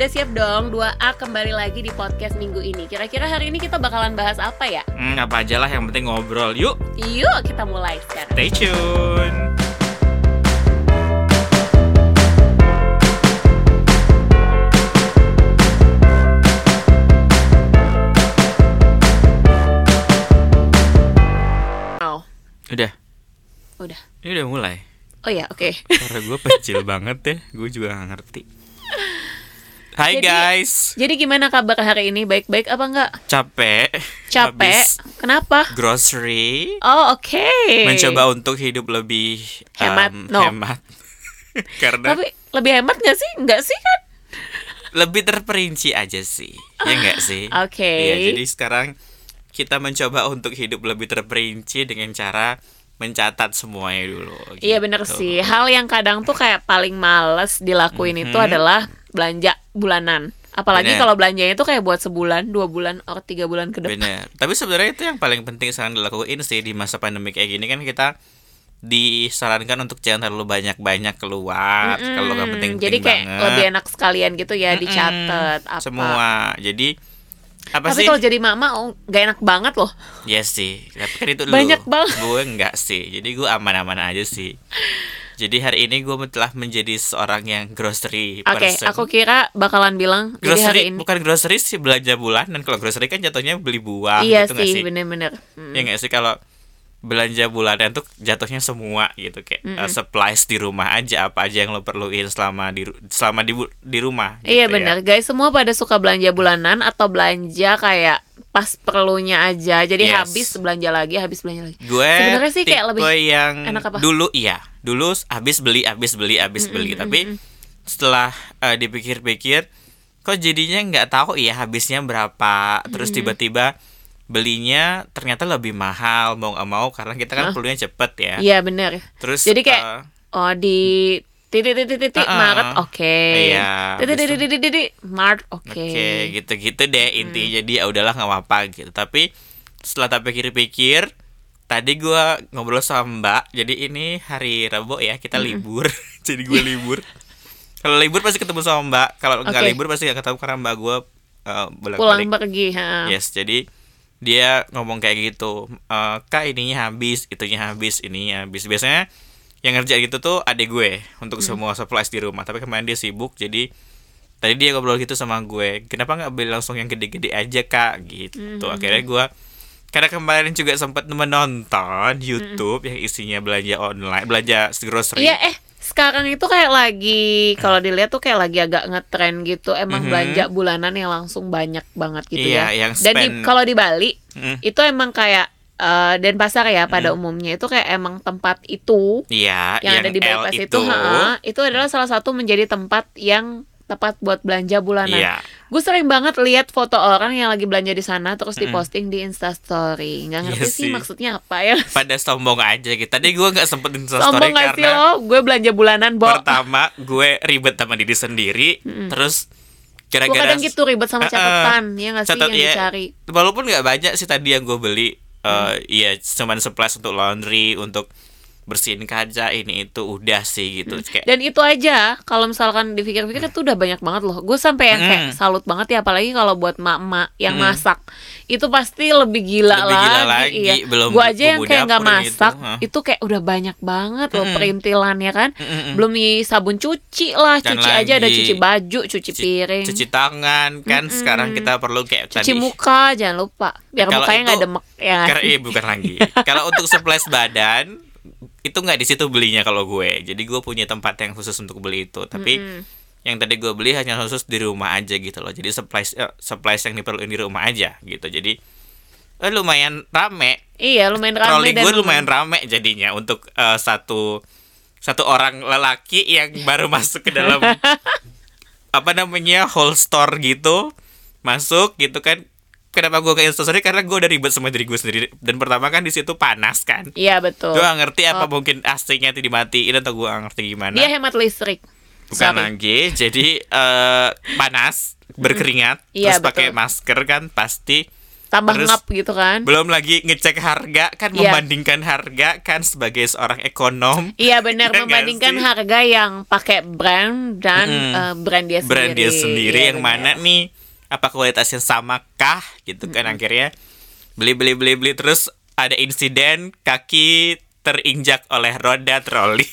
udah siap dong 2A kembali lagi di podcast minggu ini. Kira-kira hari ini kita bakalan bahas apa ya? Apa aja lah, yang penting ngobrol. Yuk kita mulai sekarang. Stay tune. Udah. Ini udah mulai. Oh ya, oke. Karena gue kecil banget ya, gue juga gak ngerti. Hai guys. Jadi gimana kabar hari ini? Baik-baik apa enggak? Capek. Habis kenapa? Grocery. Oh, oke. Mencoba untuk hidup lebih hemat. Hemat. Karena Tapi lebih hemat gak sih? Enggak sih kan? lebih terperinci aja sih. Ya enggak sih? Oke. Iya, jadi sekarang kita mencoba untuk hidup lebih terperinci dengan cara mencatat semuanya dulu gitu. Iya bener sih. Hal yang kadang tuh kayak paling males dilakuin itu adalah belanja bulanan. Apalagi kalau belanjanya itu kayak buat sebulan, 2 bulan, atau 3 bulan ke depan. Bener. Tapi sebenarnya itu yang paling penting sekarang dilakuin sih di masa pandemi kayak gini kan, kita disarankan untuk jangan terlalu banyak keluar. Kalau nggak penting-penting jadi kayak banget. lebih enak sekalian gitu ya dicatat apa. Semua. Jadi tapi kalau jadi mama nggak enak banget loh. Iya sih. Tapi kan itu banyak banget. Gue enggak sih. Jadi gue aman-aman aja sih. Jadi hari ini gue telah menjadi seorang yang grocery person. Oke, aku kira bakalan bilang grocery, jadi hari ini bukan grocery sih, belanja bulanan. Kalau grocery kan jatuhnya beli buah. Iya gitu sih, bener-bener. Ya nggak sih, kalau belanja bulanan tuh jatuhnya semua gitu, kayak supplies di rumah aja, apa aja yang lo perluin selama di rumah gitu. Iya benar, guys, semua pada suka belanja bulanan atau belanja kayak pas perlunya aja. Jadi habis belanja lagi. Gue sebenarnya sih kayak lebih yang enak apa? Dulu habis beli. Tapi setelah dipikir-pikir, kok jadinya nggak tahu ya habisnya berapa. Terus tiba-tiba belinya ternyata lebih mahal, mau nggak mau, karena kita kan perlunya cepet ya. Iya benar. Terus jadi kayak di titik Maret iya, titik Maret gitu deh intinya. Jadi ya udahlah, nggak apa-apa gitu. Tapi setelah tak pikir-pikir, tadi gue ngobrol sama Mbak. Jadi ini hari Rabu ya, kita libur. Jadi gue libur. Kalau libur pasti ketemu sama Mbak. Kalau nggak libur pasti nggak ketemu karena Mbak gue pulang pergi. Yes, jadi dia ngomong kayak gitu, Kak ininya habis, itunya habis, ininya habis. Biasanya yang ngerjain gitu tuh adik gue untuk semua supplies di rumah. Tapi kemarin dia sibuk, jadi tadi dia ngobrol gitu sama gue, kenapa nggak beli langsung yang gede-gede aja Kak gitu. Akhirnya gue, karena kemarin juga sempat menonton YouTube yang isinya belanja online, belanja grocery. Iya, sekarang itu kayak lagi, kalau dilihat tuh kayak lagi agak ngetren gitu. Emang belanja bulanan yang langsung banyak banget gitu ya. Yang dan kalau di Bali itu emang kayak Denpasar ya pada umumnya itu kayak emang tempat itu yang ada di bypass itu adalah salah satu menjadi tempat yang tepat buat belanja bulanan. Gue sering banget lihat foto orang yang lagi belanja di sana terus diposting di Instastory. Nggak ngerti sih maksudnya apa ya. Pada sombong aja gitu. Tadi gue nggak sempet Instastory sombong karena sih lo, gue belanja bulanan, Bo. Pertama, gue ribet sama diri sendiri. Terus gue kadang gitu ribet sama catatan, ya nggak sih yang dicari. Walaupun nggak banyak sih tadi yang gue beli. Iya, cuman supplies untuk laundry, untuk bersihin kaca, ini itu udah sih gitu. Dan itu aja, kalau misalkan dipikir-pikir itu udah banyak banget loh. Gue sampai yang kayak salut banget ya, apalagi kalau buat mak-mak yang masak. Itu pasti lebih gila lagi. Iya. Gue aja yang kayak nggak masak, itu kayak udah banyak banget loh perintilan ya kan. Belum nih sabun cuci lah, cuci aja ada cuci baju, cuci piring, cuci tangan kan. Sekarang kita perlu kayak cuci tadi muka, jangan lupa biar mukanya nggak demek ya. Iya, bukan lagi. Kalau untuk supplies badan itu nggak di situ belinya kalau gue. Jadi gue punya tempat yang khusus untuk beli itu. Tapi yang tadi gue beli hanya khusus di rumah aja gitu loh. Jadi supplies yang diperluin di rumah aja gitu. Jadi lumayan rame. Iya, lumayan rame. Troli gue lumayan rame jadinya untuk satu orang lelaki yang baru masuk ke dalam whole store gitu, masuk gitu kan. Kenapa gue ke Instastory? Karena gue udah ribet sama diri gue sendiri. Dan pertama kan di situ panas kan. Iya betul. Gue gak ngerti apa mungkin AC-nya dimatiin atau gue gak ngerti gimana. Dia hemat listrik. Bukan lagi. Jadi panas, berkeringat, terus pakai masker kan pasti tambah ngap gitu kan. Belum lagi ngecek harga kan, membandingkan harga kan sebagai seorang ekonom. Iya benar, membandingkan harga yang pakai brand dan brand dia sendiri yang bener. Mana nih, apa kualitasnya samakah gitu kan. Akhirnya beli terus ada insiden kaki terinjak oleh roda troli.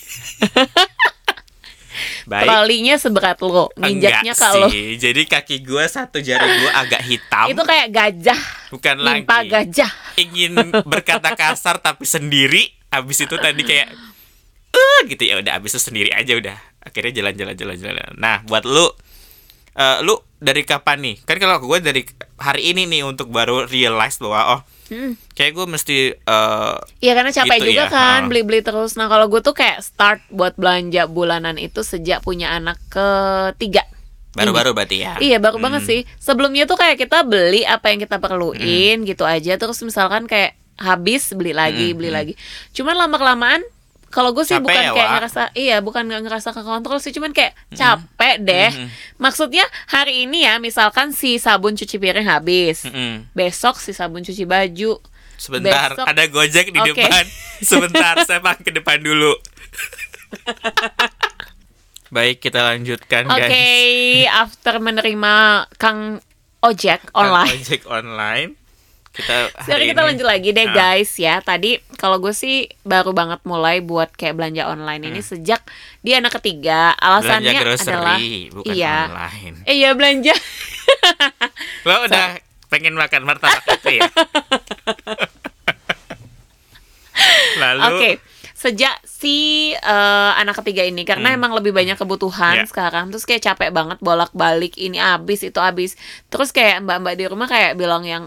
Trolinya seberat lo, nginjaknya kalau. Jadi kaki gue, satu jari gue agak hitam. Itu kayak gajah. Bukan lagi. Gajah. Ingin berkata kasar tapi sendiri. Habis itu tadi kayak gitu ya udah, habis itu sendiri aja udah. Akhirnya jalan. Nah, buat lu dari kapan nih? Kan kalau gue dari hari ini nih untuk baru realize bahwa kayak gue mesti iya karena capek gitu juga ya, kan beli-beli terus. Nah kalau gue tuh kayak start buat belanja bulanan itu sejak punya anak ketiga. Baru-baru berarti ya. Iya baru banget sih. Sebelumnya tuh kayak kita beli apa yang kita perluin gitu aja. Terus misalkan kayak habis beli lagi. Cuman lama-kelamaan kalau gue sih capek bukan ya, kayak ngerasa, bukan nggak ngerasa kekontrol sih, cuman kayak capek deh. Maksudnya hari ini ya, misalkan si sabun cuci piring habis, besok si sabun cuci baju. Sebentar, ada Gojek di depan. Sebentar, saya makan ke depan dulu. Baik, kita lanjutkan guys. Oke, after menerima Kang Ojek online. Sekarang kita lanjut lagi deh guys ya. Tadi kalau gue sih baru banget mulai buat kayak belanja online ini sejak dia anak ketiga. Alasannya belanja grocery, adalah bukan online. Iya belanja. Lo udah pengen makan martabak itu ya? Lalu Oke. Sejak si anak ketiga ini, karena emang lebih banyak kebutuhan sekarang, terus kayak capek banget bolak-balik, ini habis itu habis. Terus kayak mbak-mbak di rumah kayak bilang yang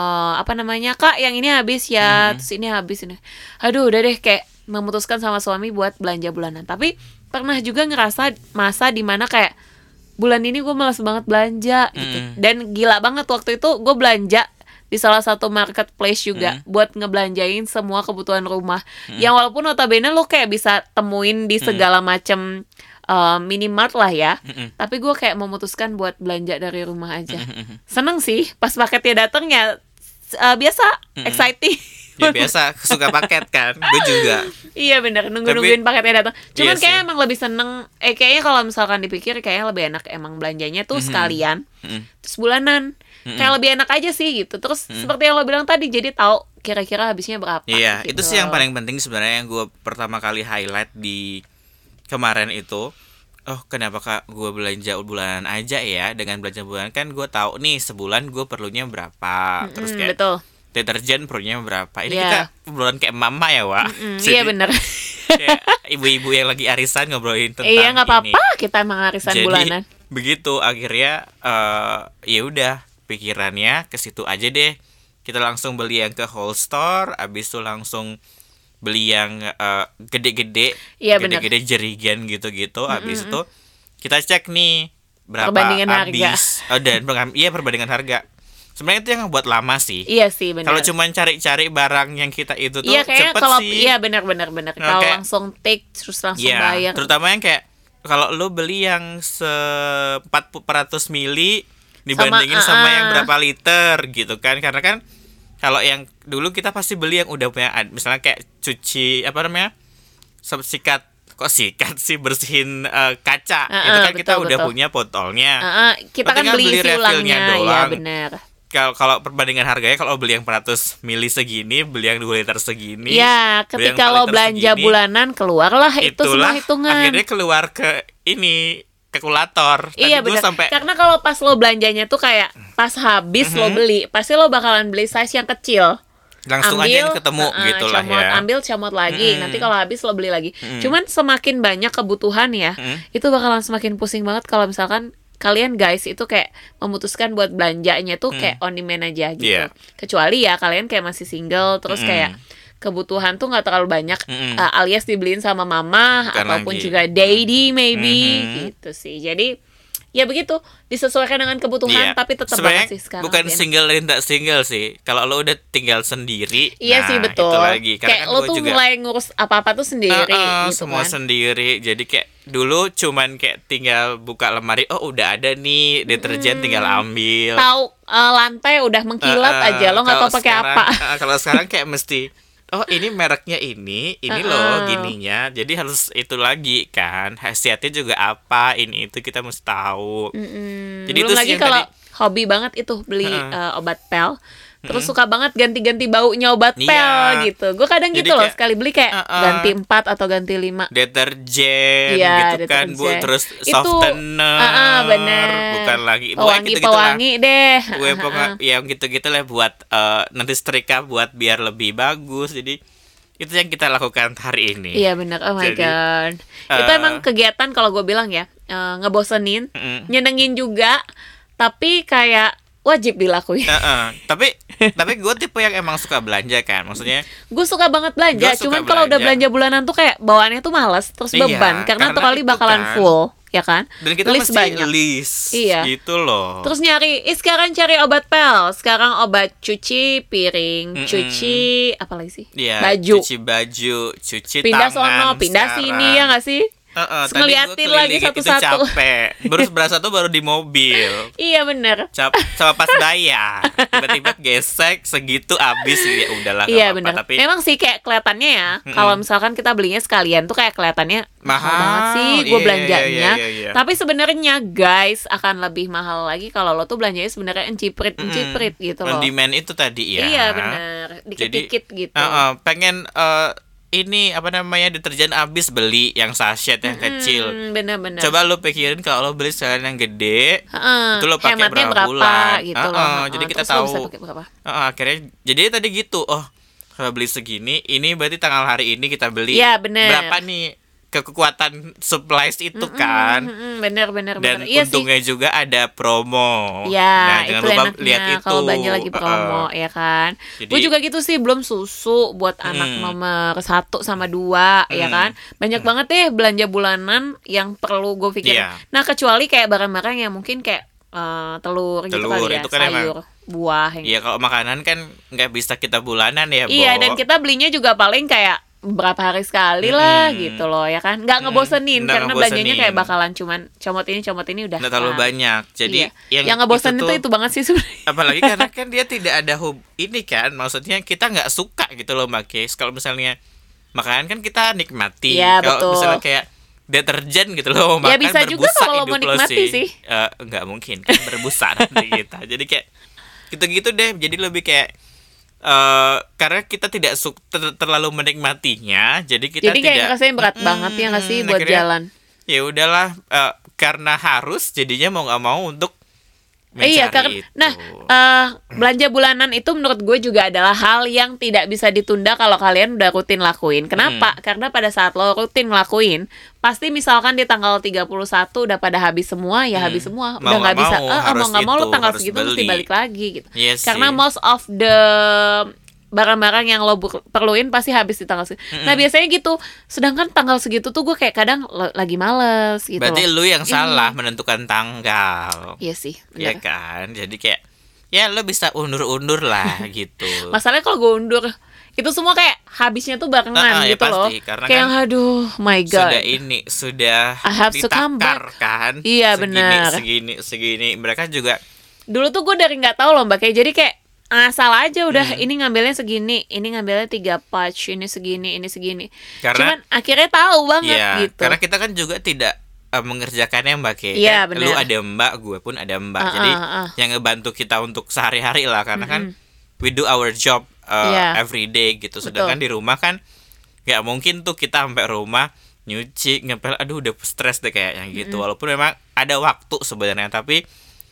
Kak yang ini habis ya, terus ini habis ini. Aduh udah deh, kayak memutuskan sama suami buat belanja bulanan. Tapi pernah juga ngerasa masa dimana kayak bulan ini gue malas banget belanja gitu. Dan gila banget waktu itu gue belanja di salah satu marketplace juga buat ngebelanjain semua kebutuhan rumah. Yang walaupun notabene lo kayak bisa temuin di segala macam minimart lah ya. Tapi gue kayak memutuskan buat belanja dari rumah aja. Seneng sih pas paketnya dateng ya, biasa exciting. Ya biasa, suka paket kan. Gue juga. Iya benar, nungguin paketnya datang. Cuman kayak emang lebih seneng. Kayaknya kalau misalkan dipikir kayaknya lebih enak emang belanjanya tuh sekalian. Terus bulanan. Kayak lebih enak aja sih gitu. Terus seperti yang lo bilang tadi, jadi tahu kira-kira habisnya berapa. Iya, gitu. Itu sih yang paling penting sebenarnya, yang gue pertama kali highlight di kemarin itu. Oh, kenapa Kak gue belanja bulanan aja ya? Dengan belanja bulanan kan gue tahu nih sebulan gue perlunya berapa. Terus kayak betul. Deterjen perlunya berapa. Ini kita obrolan kayak mama ya, Wak. Iya benar. Kayak ibu-ibu yang lagi arisan ngobrolin tentang iya nggak apa-apa, kita emang arisan jadi, bulanan. Begitu akhirnya ya udah pikirannya ke situ aja deh. Kita langsung beli yang ke whole store, abis itu langsung beli yang gede-gede, gede-gede jerigen gitu-gitu. Abis itu kita cek nih berapa habis. Perbandingan harga. Sebenarnya itu yang buat lama sih. Iya sih benar. Kalau cuma cari-cari barang yang kita itu tuh cepet sih. Iya benar. Kalau langsung take terus langsung bayar. Terutama yang kayak kalau lu beli yang 400 mili dibandingin sama yang berapa liter gitu kan. Karena kan kalau yang dulu kita pasti beli yang udah punya, misalnya kayak cuci bersihin kaca. Itu kan kita udah punya botolnya. Kita kan beli refillnya doang. Ya benar. Kalau perbandingan harganya, kalau beli yang 400 mili segini, beli yang 2 liter segini. Ya, ketika lo belanja bulanan keluarlah itu semua hitungan. Akhirnya keluar ke ini kalkulator. Iya benar. Karena kalau pas lo belanjanya tuh kayak pas habis lo beli, pasti lo bakalan beli size yang kecil. Langsung aja ketemu gitu lah ya. Ambil comot lagi. Nanti kalau habis lo beli lagi. Cuman semakin banyak kebutuhan ya, itu bakalan semakin pusing banget kalau misalkan kalian guys itu kayak memutuskan buat belanjanya tuh kayak on demand aja gitu. Kecuali ya kalian kayak masih single, terus kayak kebutuhan tuh nggak terlalu banyak, alias dibeliin sama mama ataupun juga daddy maybe gitu sih. Jadi ya begitu, disesuaikan dengan kebutuhan, tapi tetap banget sih sekarang. Bukan single dan tak single sih. Kalau lo udah tinggal sendiri, iya sih betul. Itu lagi. Kayak kan lo tuh juga mulai ngurus apa-apa tuh sendiri gitu semua kan. Sendiri. Jadi kayak dulu cuman kayak tinggal buka lemari, oh udah ada nih deterjen, tinggal ambil. Tahu lantai udah mengkilat aja, lo nggak tahu pakai apa. Kalau sekarang kayak mesti, oh ini mereknya ini loh gininya, jadi harus itu lagi kan, khasiatnya juga apa, ini itu kita mesti tahu. Jadi belum itu lagi kalau hobi banget itu beli obat pel. Terus suka banget ganti-ganti baunya obat pel gitu. Gue kadang jadi gitu loh, sekali beli kayak ganti 4 atau ganti 5 deterjen gitu kan, Bu. Terus softener. Bener. Bukan lagi pewangi deh. Gue yang gitu-gitu lah buat nanti setrika buat biar lebih bagus. Jadi itu yang kita lakukan hari ini. Iya benar. Oh my god. Itu emang kegiatan kalau gue bilang ya, ngebosenin, nyenengin juga, tapi kayak wajib dilakuin. Tapi gue tipe yang emang suka belanja kan, maksudnya. Gue suka banget belanja, cuman kalau udah belanja bulanan tuh kayak bawaannya tuh malas, terus beban, karena tuh kali bakalan full, ya kan? Dan kita list mesti list, gitu loh. Terus nyari, sekarang cari obat pel, sekarang obat cuci piring, cuci apa lagi sih? Baju. Cuci baju, cuci pindah tangan. Pindah pindah sini ya nggak sih? Ngeliatin lagi satu-satu. Capek. Baru berasa tuh baru di mobil. Iya bener. Sama pas bayar tiba-tiba gesek segitu abis, ya udahlah. Iya bener. Tapi memang sih kayak kelihatannya ya, kalau misalkan kita belinya sekalian tuh kayak kelihatannya mahal banget sih gue belanjanya. Tapi sebenarnya guys akan lebih mahal lagi kalau lo tuh belanjanya sebenarnya enciprit gitu loh. Demand itu tadi ya. Iya bener. Dikit-dikit gitu. Pengen ini apa namanya deterjen habis beli yang sachet yang kecil. Bener-bener. Coba lu pikirin kalau lo beli sekalian yang gede, itu lo pakai berapa bulan gitu loh. Jadi kita tahu. Akhirnya jadi tadi gitu. Oh, kalau beli segini, ini berarti tanggal hari ini kita beli. Iya bener. Berapa nih kekuatan supplies itu kan? Bener. Dan untungnya sih. Juga ada promo. Ya, jangan itu lupa enaknya lihat itu. Kalau belanja lagi promo, ya kan. Gue juga gitu sih, belum susu buat anak nomor 1 sama 2, ya kan. Banyak banget deh belanja bulanan yang perlu gue pikir. Nah, kecuali kayak barang-barang yang mungkin kayak telur gitu kali ya, itu kan sayur, buah. Iya, kalau makanan kan nggak bisa kita bulanan ya, Iya, dan kita belinya juga paling kayak berapa hari sekali lah gitu loh, ya kan, nggak ngebosenin karena belanjanya kayak bakalan cuman comot ini udah nggak terlalu banyak. Jadi yang ngebosenin itu banget sih sebenarnya. Apalagi karena kan dia tidak ada ini kan, maksudnya kita nggak suka gitu loh pakai. Kalau misalnya makanan kan kita nikmati. Kalau misalnya kayak deterjen gitu loh, makan bisa juga kalau mau nikmati sih. Nggak mungkin kan berbusa nanti kita. Jadi kayak gitu-gitu deh. Jadi lebih kayak karena kita tidak terlalu menikmatinya, jadi kita kayak rasanya berat banget ya nggak sih buat jalan. Ya udahlah, karena harus jadinya mau nggak mau untuk mencari itu. Nah, belanja bulanan itu menurut gue juga adalah hal yang tidak bisa ditunda kalau kalian udah rutin lakuin. Kenapa? Karena pada saat lo rutin ngelakuin, pasti misalkan di tanggal 31 udah pada habis semua, ya habis semua. Udah nggak bisa, mau nggak mau lo tanggal segitu mesti balik lagi gitu. Karena most of the barang-barang yang lo perluin pasti habis di tanggal segitu. Nah biasanya gitu. Sedangkan tanggal segitu tuh gue kayak kadang lagi males gitu. Berarti lu yang salah menentukan tanggal. Iya sih. Iya kan. Jadi kayak ya lo bisa undur-undur lah gitu. Masalahnya kalau gue undur itu semua kayak habisnya tuh barengan gitu loh. Karena kayak kan aduh my god. Sudah ditakar kan. Iya benar. Segini. Mereka juga. Dulu tuh gue dari nggak tahu loh Mbak, kayak jadi kayak asal aja udah ini ngambilnya segini, ini ngambilnya 3 patch, ini segini. Cuman akhirnya tahu banget gitu. Karena kita kan juga tidak mengerjakannya Mbak Ke. Iya, Lu ada Mbak, gue pun ada Mbak. Jadi yang ngebantu kita untuk sehari-hari lah, karena kan we do our job every day gitu. Sedangkan di rumah kan nggak mungkin tuh kita sampai rumah nyuci, ngepel, aduh udah stres deh kayaknya gitu. Walaupun memang ada waktu sebenarnya, tapi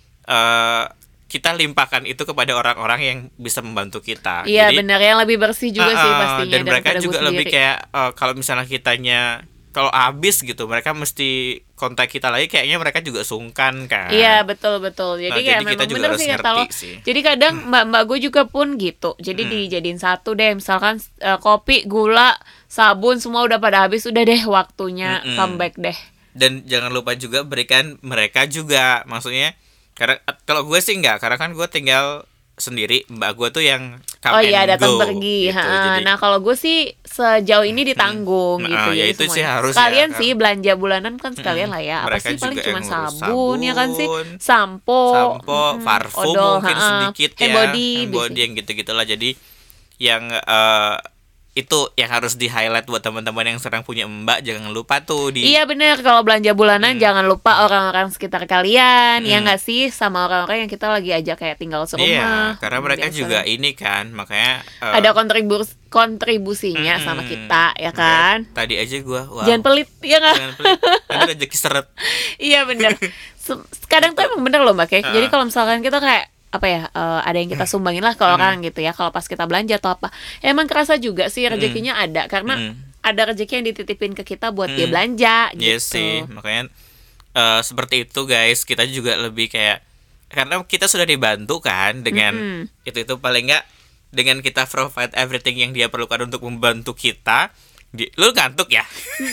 kita limpahkan itu kepada orang-orang yang bisa membantu kita. Iya benar, yang lebih bersih juga sih pastinya. Dan mereka juga lebih kayak kalau misalnya kitanya kalau habis gitu, mereka mesti kontak kita lagi, kayaknya mereka juga sungkan kan. Iya betul. Jadi kayak memang bener sih kata lo. Jadi kadang mbak gue juga pun gitu. Jadi dijadiin satu deh, misalkan kopi, gula, sabun semua udah pada habis, udah deh waktunya comeback deh. Dan jangan lupa juga berikan mereka juga, maksudnya. Karena kalau gue sih enggak, karena kan gue tinggal sendiri, mbak gue tuh yang come datang pergi. Gitu. Jadi, nah kalau gue sih sejauh ini ditanggung gitu ya itu sih harus sekalian ya, sih belanja bulanan kan sekalian lah ya. Apa sih paling cuma sabun ya kan sih, sampo, parfum odol, mungkin sedikit ya, handbody yang gitu-gitulah. Jadi yang itu yang harus di highlight buat teman-teman yang sedang punya mbak, jangan lupa tuh Iya bener, kalau belanja bulanan jangan lupa orang-orang sekitar kalian, ya nggak sih, sama orang-orang yang kita lagi ajak kayak tinggal serumah. Iya, karena mereka juga ini kan, makanya ada kontribusinya sama kita, ya kan. Tadi aja gua, jangan pelit, ya nggak? Jangan pelit, ada rezeki seret. Iya bener. Kadang tuh emang bener loh Mbak Kay. Jadi kalau misalkan kita kayak ada yang kita sumbangin lah ke orang gitu ya, kalau pas kita belanja atau apa, emang kerasa juga sih rezekinya ada, karena ada rezeki yang dititipin ke kita buat dia belanja gitu. Yes sih, makanya seperti itu guys, kita juga lebih kayak, karena kita sudah dibantu kan dengan itu paling nggak dengan kita provide everything yang dia perlukan untuk membantu kita. Lu ngantuk ya?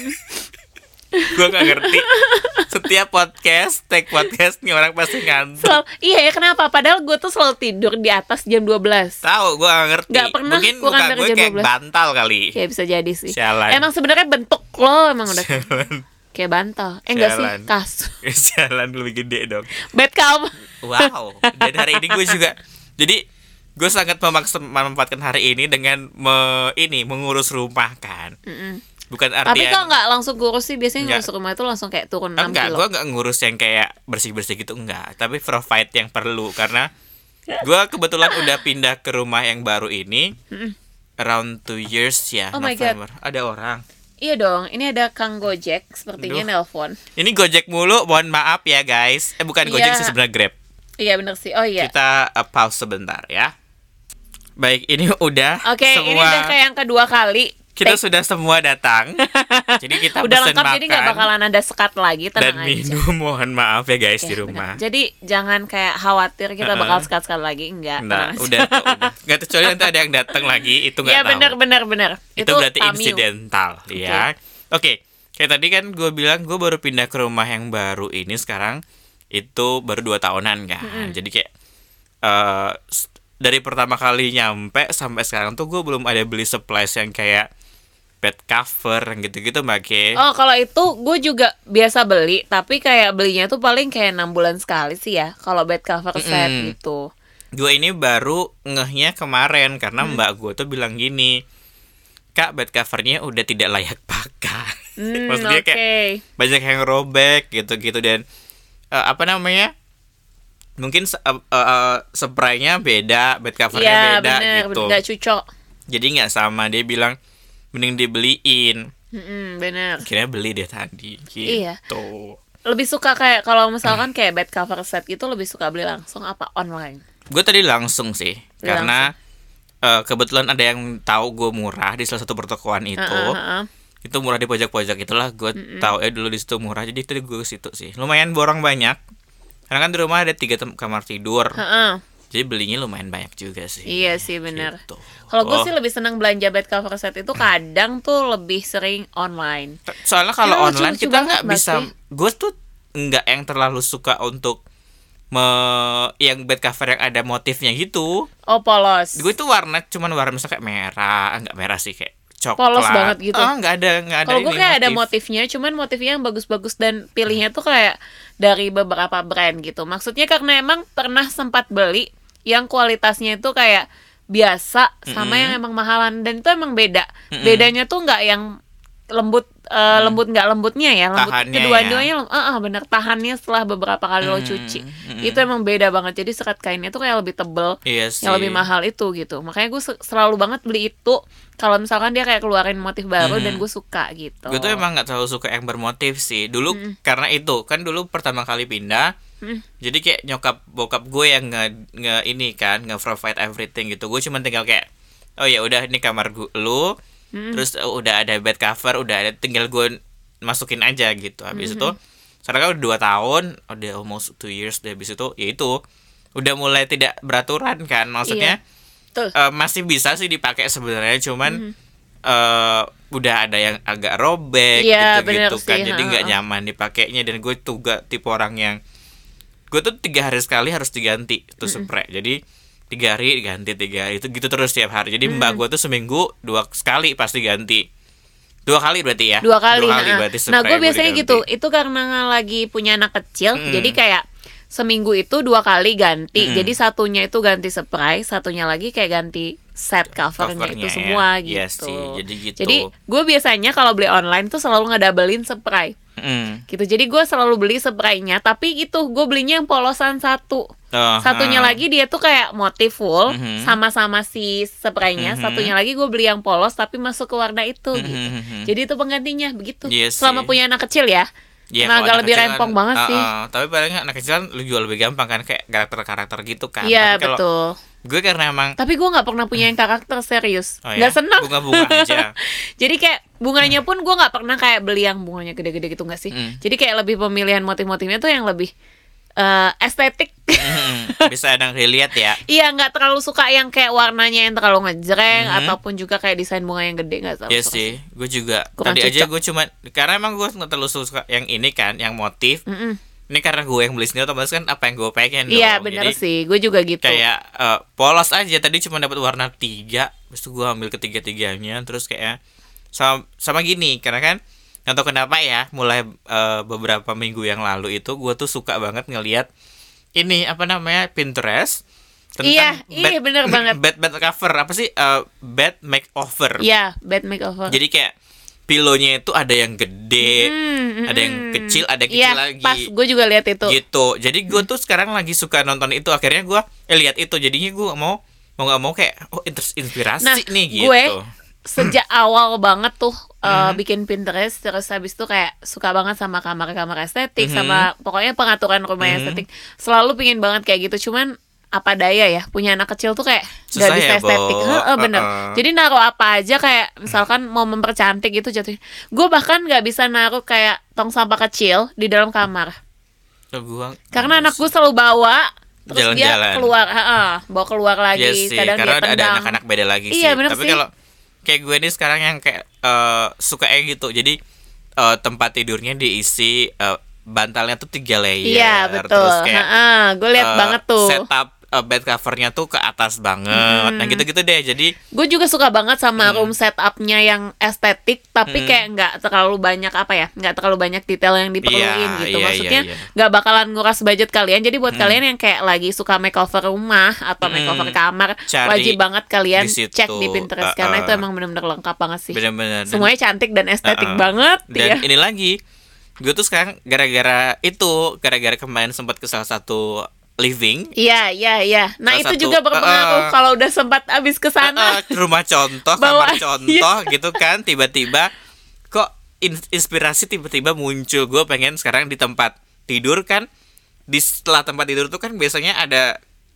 Gue gak ngerti. Setiap podcast nih orang pasti ngantuk. Iya ya, kenapa? Padahal gue tuh selalu tidur di atas jam 12. Tahu, gue gak ngerti. Gak pernah mungkin kurang muka dari gue jam kayak 12. bantal kali. Kayak bisa jadi sih. Sialan. Emang sebenarnya bentuk lo emang udah kayak bantal. Enggak sih, kasur. Sialan lebih gede dong. Bed kamu. Wow. Dan hari ini gue juga, jadi gue sangat memanfaatkan hari ini dengan mengurus rumah kan. Bukan artian. Tapi kalau nggak langsung ngurus sih, biasanya ngurus rumah itu langsung kayak turun 6 kilo. Gue nggak ngurus yang kayak bersih-bersih gitu, enggak. Tapi provide yang perlu, karena gue kebetulan udah pindah ke rumah yang baru ini around 2 years ya. Oh November. my God. Ada orang. Iya dong, ini ada Kang Gojek sepertinya nelpon. Ini Gojek mulu, mohon maaf ya guys. Bukan Gojek sih, sebenarnya Grab. Iya bener sih, oh iya. Kita pause sebentar ya. Baik, ini udah Oke, ini udah kayak yang kedua kali. Kita sudah semua datang. Jadi kita udah pesen lengkap, makan. Jadi gak bakalan ada sekat lagi, tenang dan minum, mohon maaf ya guys di rumah. Bener. Jadi jangan kayak khawatir kita bakal sekat-sekat lagi, enggak. Nah, udah. Nggak kecuali nanti ada yang datang lagi, itu nggak ya, tahu. Ya benar. Itu berarti insidental ya. Oke. Kayak tadi kan gue bilang gue baru pindah ke rumah yang baru ini sekarang. Itu baru 2 tahunan kan. Jadi kayak dari pertama kali nyampe sampai sekarang tuh gue belum ada beli supplies yang kayak bed cover yang gitu-gitu Mbak Ke. Oh, kalau itu gue juga biasa beli, tapi kayak belinya tuh paling kayak 6 bulan sekali sih ya, kalau bed cover set gitu. Gue ini baru ngehnya kemarin karena mbak gue tuh bilang gini, Kak, bed covernya udah tidak layak pakai. Maksudnya kayak banyak yang robek gitu-gitu, dan mungkin spraynya beda, bed covernya beda gitu. Nggak cocok. Jadi nggak sama. Dia bilang mending dibeliin. Bener. Akhirnya beli deh tadi gitu. Iya. Lebih suka kayak kalau misalkan kayak bed cover set gitu, lebih suka beli langsung apa online? Gue tadi langsung sih. Karena kebetulan ada yang tahu gue murah di salah satu pertokoan itu. Itu murah di pojok-pojok itulah. Gue tahu dulu di situ murah, jadi tadi gue ke situ sih. Lumayan borong banyak. Karena kan di rumah ada 3 kamar tidur. Jadi belinya lumayan banyak juga sih. Iya sih benar. Gitu. Kalau gue sih lebih senang belanja bed cover set itu kadang tuh lebih sering online. Soalnya kalau online kita nggak bisa. Gue tuh nggak yang terlalu suka untuk yang bed cover yang ada motifnya gitu. Oh, polos. Gue tuh cuman warna misalnya kayak merah, enggak merah sih, kayak coklat. Polos banget gitu. Nggak ada. Kalau gue kayak ada motifnya, cuman motifnya yang bagus-bagus dan pilihnya tuh kayak dari beberapa brand gitu. Maksudnya karena emang pernah sempat beli yang kualitasnya itu kayak biasa sama yang emang mahalan, dan itu emang beda. Bedanya tuh nggak yang lembut nggak lembutnya ya, kedua-duanya bener, tahannya setelah beberapa kali lo cuci. Itu emang beda banget. Jadi sekat kainnya tuh kayak lebih tebel, yang lebih mahal itu gitu. Makanya gue selalu banget beli itu kalau misalkan dia kayak keluarin motif baru dan gue suka gitu. Gue tuh emang nggak terlalu suka yang bermotif sih dulu, karena itu kan dulu pertama kali pindah. Jadi kayak nyokap bokap gue yang nge-provide everything gitu. Gue cuma tinggal kayak, oh ya udah ini kamar lu, terus udah ada bed cover, udah ada, tinggal gue masukin aja gitu. Habis itu sekarang kan udah 2 tahun, udah almost 2 years. Habis itu ya itu udah mulai tidak beraturan kan. Maksudnya masih bisa sih dipakai sebenarnya, cuman udah ada yang agak robek gitu kan. Jadi nggak nyaman dipakainya, dan gue tuh gak tipe orang yang gue tuh 3 hari sekali harus diganti tuh spray. Jadi 3 hari ganti, 3 hari, itu gitu terus tiap hari. Jadi mbak gue tuh seminggu 2 kali pasti ganti. 2 kali berarti ya? 2 kali. Berarti nah gue biasanya gitu. Itu karena lagi punya anak kecil, jadi kayak seminggu itu 2 kali ganti. Jadi satunya itu ganti spray, satunya lagi kayak ganti set covernya itu semua gitu. Yes, sih, jadi gitu. Jadi gue biasanya kalau beli online tuh selalu ngedabelin spray. Gitu. Jadi gue selalu beli spraynya, tapi itu gue belinya yang polosan satu. Satunya lagi dia tuh kayak motif full, sama-sama si spraynya. Satunya lagi gue beli yang polos tapi masuk ke warna itu gitu. Jadi itu penggantinya begitu. Yes, selama punya anak kecil ya. Nah, agak lebih rempong banget sih. Tapi paling anak kecil kan juga lebih gampang kan, kayak karakter-karakter gitu kan. Iya, betul. Gue karena emang, tapi gue nggak pernah punya yang karakter serius. Nggak senang. Bunga-bunga aja. Jadi kayak bunganya pun gue nggak pernah kayak beli yang bunganya gede-gede gitu, nggak sih. Jadi kayak lebih pemilihan motif-motifnya tuh yang lebih estetik. Bisa ada lihat ya. Iya, nggak terlalu suka yang kayak warnanya yang terlalu ngejreng ataupun juga kayak desain bunga yang gede, nggak terlalu. Iya sih, gue juga. Kurang tadi cocok. aja gue cuma karena emang gue nggak terlalu suka yang ini kan, yang motif. Ini karena gue yang beli sendiri, otomatis kan apa yang gue pengen dong. Iya benar sih, gue juga gitu. Kayak polos aja, tadi cuma dapat warna 3, terus gue ambil ketiga-tiganya, terus kayak sama gini, karena kan nggak tahu kenapa ya, mulai beberapa minggu yang lalu itu gue tuh suka banget ngelihat ini apa namanya, Pinterest tentang iya bener banget. bed cover apa sih, bed makeover. Iya, bed makeover. Jadi kayak pilonya itu ada yang gede, ada yang kecil, ada yang kecil lagi. Pas gue juga lihat itu. Gitu. Jadi gue tuh sekarang lagi suka nonton itu. Akhirnya gue lihat itu. Jadinya gue mau nggak mau kayak inspirasi nih gitu. Gue sejak awal banget tuh bikin Pinterest, terus habis itu kayak suka banget sama kamar-kamar estetik, sama pokoknya pengaturan rumah estetik. Selalu pingin banget kayak gitu. Cuman apa daya ya, punya anak kecil tuh kayak nggak bisa estetik. Bener. Jadi naruh apa aja, kayak misalkan mau mempercantik gitu jatuhnya. Gue bahkan nggak bisa naruh kayak tong sampah kecil di dalam kamar. Karena anak gue selalu bawa, terus dia keluar, bawa keluar lagi. Yes, kadang karena dia tendang. ada anak-anak beda lagi sih. Iya, bener tapi sih. kalau kayak gue nih sekarang yang kayak suka gitu. Jadi tempat tidurnya diisi bantalnya tuh 3 layer. Iya betul. Terus kayak gue lihat banget tuh. Setup bed covernya tuh ke atas banget. Nah gitu-gitu deh. Jadi gue juga suka banget sama room setupnya yang estetik, tapi kayak nggak terlalu banyak nggak terlalu banyak detail yang diperluin gitu. Maksudnya nggak bakalan nguras budget kalian. Jadi buat kalian yang kayak lagi suka makeover rumah atau makeover kamar, wajib banget kalian cek di Pinterest karena itu emang benar-benar lengkap banget sih. Bener-bener. Semuanya cantik dan estetik banget. Dan ini lagi, gue tuh sekarang gara-gara kemarin sempat ke salah satu living. Iya. Nah, itu juga berpengaruh kalau udah sempat abis ke sana. Rumah contoh, kamar contoh gitu kan, tiba-tiba kok inspirasi tiba-tiba muncul. Gue pengen sekarang di tempat tidur kan, setelah tempat tidur tuh kan biasanya ada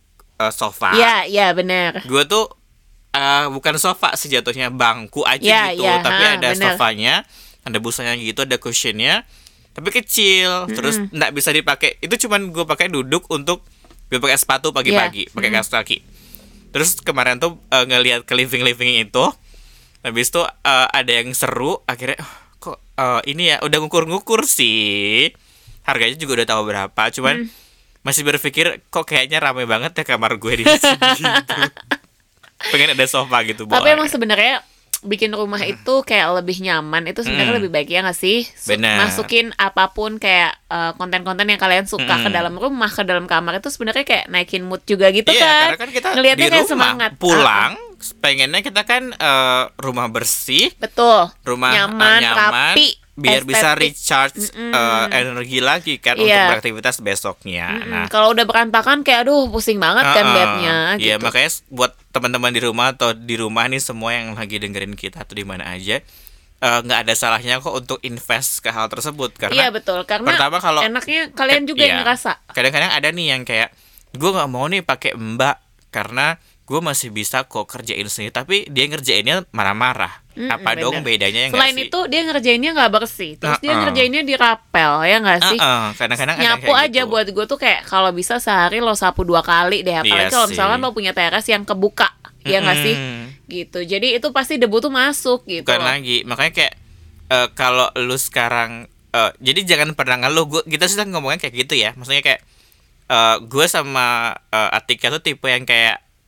sofa. Iya, benar. Gue tuh bukan sofa sejatuhnya, bangku aja gitu, tapi ada bener. Sofanya, ada busanya gitu, ada cushionnya, tapi kecil, terus nggak bisa dipakai. Itu cuman gue pakai duduk untuk gue pakai sepatu pagi-pagi, pakai kaos kaki. Terus kemarin tuh ngelihat ke living itu, habis itu ada yang seru, akhirnya kok ini ya udah ngukur sih, harganya juga udah tahu berapa, cuman masih berpikir kok kayaknya rame banget ya kamar gue di sini gitu. Pengen ada sofa gitu. Tapi emang sebenarnya bikin rumah itu kayak lebih nyaman itu sebenarnya lebih baik ya nggak sih? Masukin apapun kayak konten-konten yang kalian suka ke dalam rumah, ke dalam kamar, itu sebenarnya kayak naikin mood juga gitu kan? Karena kan kita ngeliatnya di kayak rumah semangat. Pulang, pengennya kita kan rumah bersih, betul, rumah nyaman, rapi, biar estetik. bisa recharge energi lagi kan untuk beraktivitas besoknya. Nah, kalau udah berantakan kayak aduh pusing banget kan bednya. Iya, gitu. makanya buat teman-teman di rumah atau di rumah nih semua yang lagi dengerin kita atau di mana aja, nggak ada salahnya kok untuk invest ke hal tersebut, karena iya betul, karena pertama kalau enaknya kalian juga yang ngerasa. Kadang-kadang ada nih yang kayak gue nggak mau nih pakai mbak karena gue masih bisa kok kerjain sendiri, tapi dia ngerjainnya marah-marah. Apa bener. Dong bedanya yang selain itu dia ngerjainnya nggak bersih, terus dia ngerjainnya dirapel ya nggak sih? Kadang-kadang nyapu ada aja gitu. Buat gue tuh kayak kalau bisa sehari lo sapu 2 kali deh, apalagi kalau misalkan lo punya teras yang kebuka, ya nggak sih? Gitu, jadi itu pasti debu tuh masuk gitu. Bukan lagi, makanya kayak kalau lu sekarang jadi jangan pernah ngeluh. Kita sudah ngomongin kayak gitu ya, maksudnya kayak gue sama Atika tuh tipe yang kayak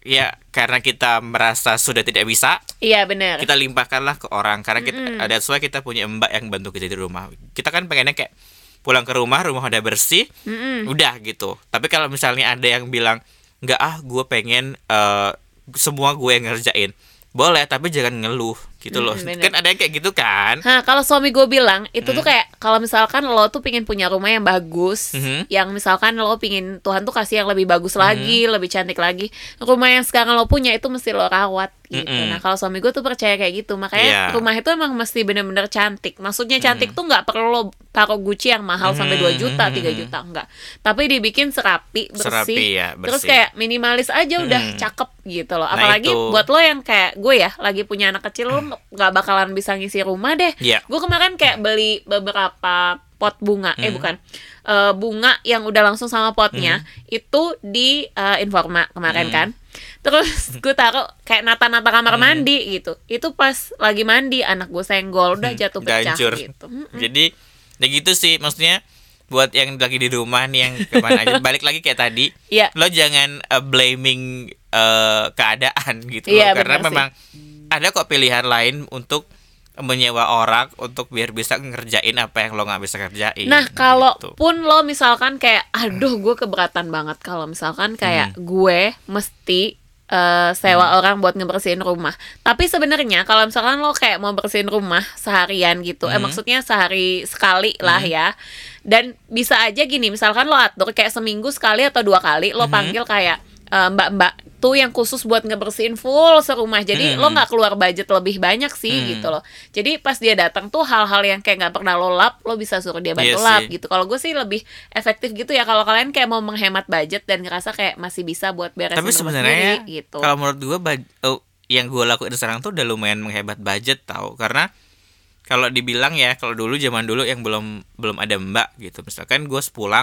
ya karena kita merasa sudah tidak bisa. Iya benar. Kita limpahkanlah ke orang karena kita ada soalnya kita punya mbak yang bantu kita di rumah. Kita kan pengennya kayak pulang ke rumah udah bersih, udah gitu. Tapi kalau misalnya ada yang bilang nggak gue pengen semua gue yang ngerjain, boleh tapi jangan ngeluh gitu loh. Kan ada yang kayak gitu kan. Kalau suami gue bilang itu tuh kayak kalau misalkan lo tuh pingin punya rumah yang bagus, yang misalkan lo pingin Tuhan tuh kasih yang lebih bagus lagi, lebih cantik lagi, rumah yang sekarang lo punya itu mesti lo rawat gitu. Nah kalau suami gue tuh percaya kayak gitu, makanya rumah itu emang mesti bener-bener cantik. Maksudnya cantik tuh nggak perlu lo taruh Gucci yang mahal sampai 2 juta, 3 juta, enggak. Tapi dibikin serapi, bersih, ya, bersih. Terus kayak minimalis aja udah cakep gitu loh. Apalagi buat lo yang kayak gue ya, lagi punya anak kecil, lo nggak bakalan bisa ngisi rumah deh. Gue kemarin kayak beli beberapa pot bunga, bunga yang udah langsung sama potnya, itu di Informa kemarin kan. Terus gue taruh kayak nata-nata kamar mandi gitu. Itu pas lagi mandi anak gue senggol, udah jatuh pecah gitu. Jadi ya gitu sih, maksudnya buat yang lagi di rumah nih yang kemana aja, balik lagi kayak tadi, lo jangan blaming keadaan gitu loh, karena memang ada kok pilihan lain untuk menyewa orang untuk biar bisa ngerjain apa yang lo nggak bisa kerjain. Nah kalaupun lo misalkan kayak aduh gue keberatan banget kalau misalkan kayak gue mesti sewa orang buat ngebersihin rumah. Tapi sebenarnya kalau misalkan lo kayak mau bersihin rumah seharian gitu, maksudnya sehari sekali lah ya. Dan bisa aja gini, misalkan lo atur kayak seminggu sekali atau 2 kali lo panggil kayak mbak-mbak tuh yang khusus buat ngebersihin full serumah. Jadi lo nggak keluar budget lebih banyak sih gitu loh. Jadi pas dia datang tuh hal-hal yang kayak nggak pernah lo lap, lo bisa suruh dia bantu lap gitu. Kalau gue sih lebih efektif gitu ya. Kalau kalian kayak mau menghemat budget dan ngerasa kayak masih bisa buat beresin tapi rumah sebenarnya sendiri gitu. Kalau menurut gue yang gue lakuin sekarang tuh udah lumayan menghemat budget tau. Karena kalau dibilang ya, kalau dulu zaman dulu yang belum ada mbak gitu, misalkan gue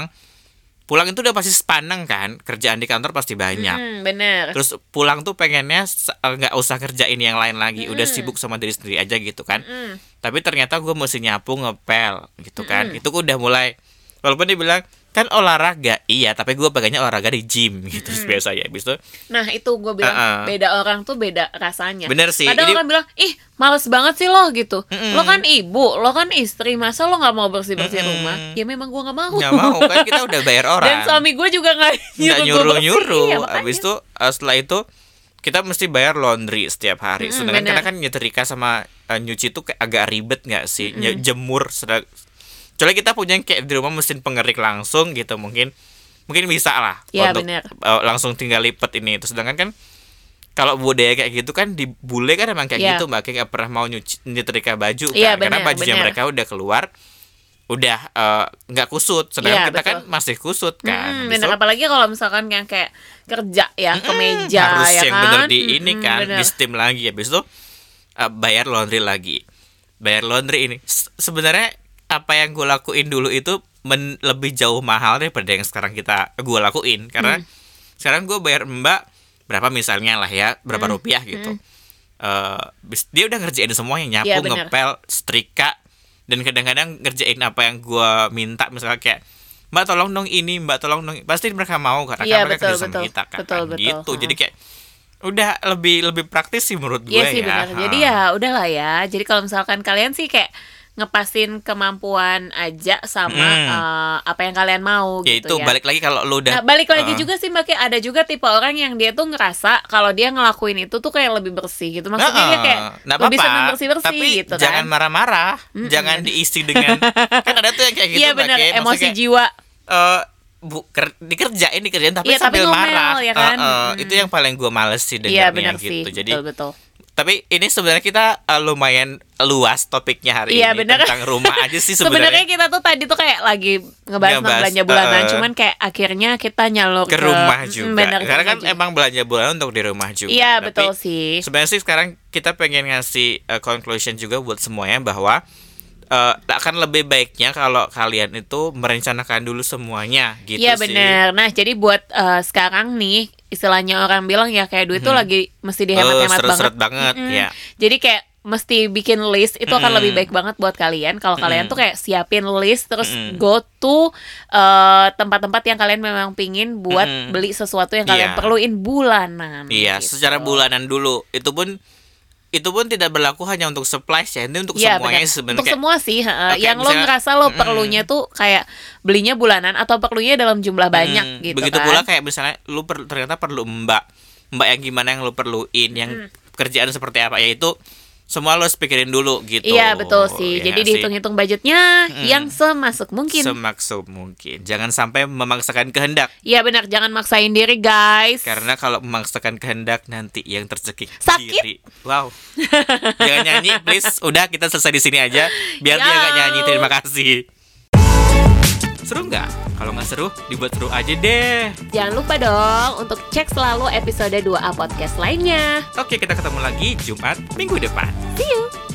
pulang itu udah pasti sepaneng kan, kerjaan di kantor pasti banyak. Bener. Terus pulang tuh pengennya nggak usah kerjain yang lain lagi, udah sibuk sama diri sendiri aja gitu kan. Tapi ternyata gue mesti nyapu, ngepel gitu kan. Itu udah mulai, walaupun dia bilang kan olahraga, iya, tapi gue pengennya olahraga di gym gitu biasa ya. Habis itu, nah itu gue bilang beda orang tuh beda rasanya. Bener sih. Kadang orang bilang, ih males banget sih lo gitu. Lo kan ibu, lo kan istri, masa lo nggak mau bersih-bersih rumah? Ya memang gue nggak mau. Nggak mau kan, kita udah bayar orang. Dan suami gue juga nggak nyuruh. Iya, habis itu setelah itu kita mesti bayar laundry setiap hari. Sedangkan karena kan nyetrika sama nyuci tuh kayak agak ribet nggak sih? Jemur soalnya kita punya kayak di rumah mesin pengerik langsung gitu, mungkin bisa lah untuk langsung tinggal lipat ini. Terus sedangkan kan kalau budaya kayak gitu kan di bule kan emang kayak gitu, mbak kayak nggak pernah mau nyetrika baju kan, karena bajunya mereka udah keluar, udah nggak kusut, sedangkan kita kan masih kusut kan. Bener, apalagi kalau misalkan yang kayak kerja ya kemeja harus ya yang kan, bener di ini kan di steam lagi, habis itu bayar laundry lagi. Bayar laundry ini sebenarnya apa yang gue lakuin dulu itu lebih jauh mahal daripada yang sekarang gue lakuin, karena sekarang gue bayar mbak berapa misalnya lah ya, berapa rupiah gitu. Dia udah ngerjain semuanya, nyapu, ngepel, setrika, dan kadang-kadang ngerjain apa yang gue minta, misalnya kayak mbak tolong dong ini, mbak tolong dong, pasti mereka mau karena kan mereka kerja sama kita kan, gitu. Jadi kayak udah lebih praktis sih menurut gue ya. Iya sih benar. Jadi ya udahlah ya. Jadi kalau misalkan kalian sih kayak ngepasin kemampuan aja sama apa yang kalian mau ya, gitu itu, balik lagi kalau lu udah balik lagi juga sih Mbak, ada juga tipe orang yang dia tuh ngerasa kalau dia ngelakuin itu tuh kayak lebih bersih gitu, maksudnya dia kayak lebih senang bersih-bersih tapi gitu kan. Jangan marah-marah, jangan diisi dengan kan ada tuh yang kayak gitu. Iya benar, emosi jiwa. dikerjain tapi sambil marah ya kan? Itu yang paling gue males sih dengarnya gitu. Sih, jadi betul. Tapi ini sebenarnya kita lumayan luas topiknya hari ini tentang rumah aja sih sebenarnya. Sebenarnya kita tuh tadi tuh kayak lagi ngebahas tentang belanja bulanan, cuman kayak akhirnya kita nyalur ke rumah juga. Karena kan emang belanja bulanan untuk di rumah juga. Iya, betul sih. Sebenarnya sih sekarang kita pengen ngasih conclusion juga buat semuanya bahwa akan lebih baiknya kalau kalian itu merencanakan dulu semuanya gitu sih. Iya benar. Nah jadi buat sekarang nih istilahnya orang bilang ya kayak duit tuh lagi mesti dihemat-hemat seret-seret banget ya. Jadi kayak mesti bikin list itu akan lebih baik banget buat kalian. Kalau kalian tuh kayak siapin list terus go to tempat-tempat yang kalian memang pingin buat beli sesuatu yang kalian perluin bulanan. Iya, gitu. Secara bulanan dulu. Itu pun tidak berlaku hanya untuk supplies ya, ini untuk semuanya sebenarnya. Untuk semua sih, yang lo ngerasa lo perlunya tuh kayak belinya bulanan atau perlunya dalam jumlah banyak gitu. Begitu pula kayak misalnya lo ternyata perlu mbak yang gimana yang lo perluin, yang kerjaan seperti apa, yaitu semua lo harus pikirin dulu gitu. Iya betul sih. Jadi dihitung-hitung budgetnya yang semasuk mungkin. Semasuk mungkin. Jangan sampai memaksakan kehendak. Iya benar, jangan maksain diri guys. Karena kalau memaksakan kehendak nanti yang tercekik sakit. Diri. Wow. Jangan nyanyi please. Udah kita selesai di sini aja. Biar dia gak nyanyi. Terima kasih. Seru nggak? Kalau nggak seru, dibuat seru aja deh. Jangan lupa dong untuk cek selalu episode 2A podcast lainnya. Oke, kita ketemu lagi Jumat minggu depan. See you.